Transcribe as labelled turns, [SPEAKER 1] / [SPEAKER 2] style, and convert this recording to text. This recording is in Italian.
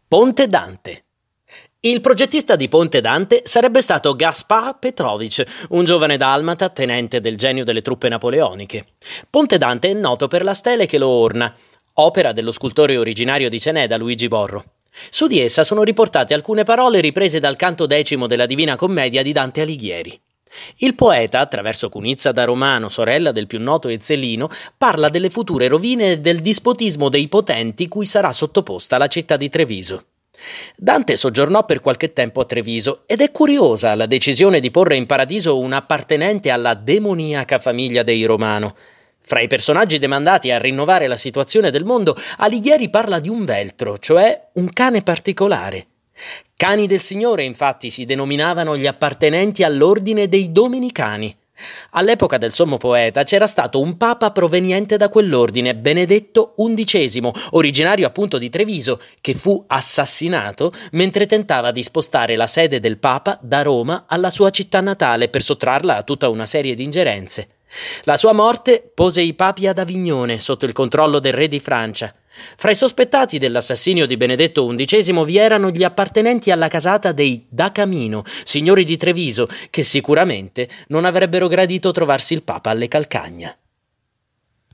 [SPEAKER 1] Ponte Dante. Il progettista di Ponte Dante sarebbe stato Gaspar Petrovich, un giovane dalmata tenente del genio delle truppe napoleoniche. Ponte Dante è noto per la stele che lo orna, opera dello scultore originario di Ceneda, Luigi Borro. Su di essa sono riportate alcune parole riprese dal canto decimo della Divina Commedia di Dante Alighieri. Il poeta, attraverso Cunizza da Romano, sorella del più noto Ezzelino, parla delle future rovine e del dispotismo dei potenti cui sarà sottoposta la città di Treviso. Dante soggiornò per qualche tempo a Treviso ed è curiosa la decisione di porre in paradiso un appartenente alla demoniaca famiglia dei Romano. Fra i personaggi demandati a rinnovare la situazione del mondo, Alighieri parla di un veltro, cioè un cane particolare. Cani del Signore, infatti, si denominavano gli appartenenti all'ordine dei Domenicani. All'epoca del sommo poeta c'era stato un papa proveniente da quell'ordine, Benedetto XI, originario appunto di Treviso, che fu assassinato mentre tentava di spostare la sede del papa da Roma alla sua città natale per sottrarla a tutta una serie di ingerenze. La sua morte pose i papi ad Avignone sotto il controllo del re di Francia. Fra i sospettati dell'assassinio di Benedetto XI vi erano gli appartenenti alla casata dei Da Camino, signori di Treviso, che sicuramente non avrebbero gradito trovarsi il papa alle calcagna.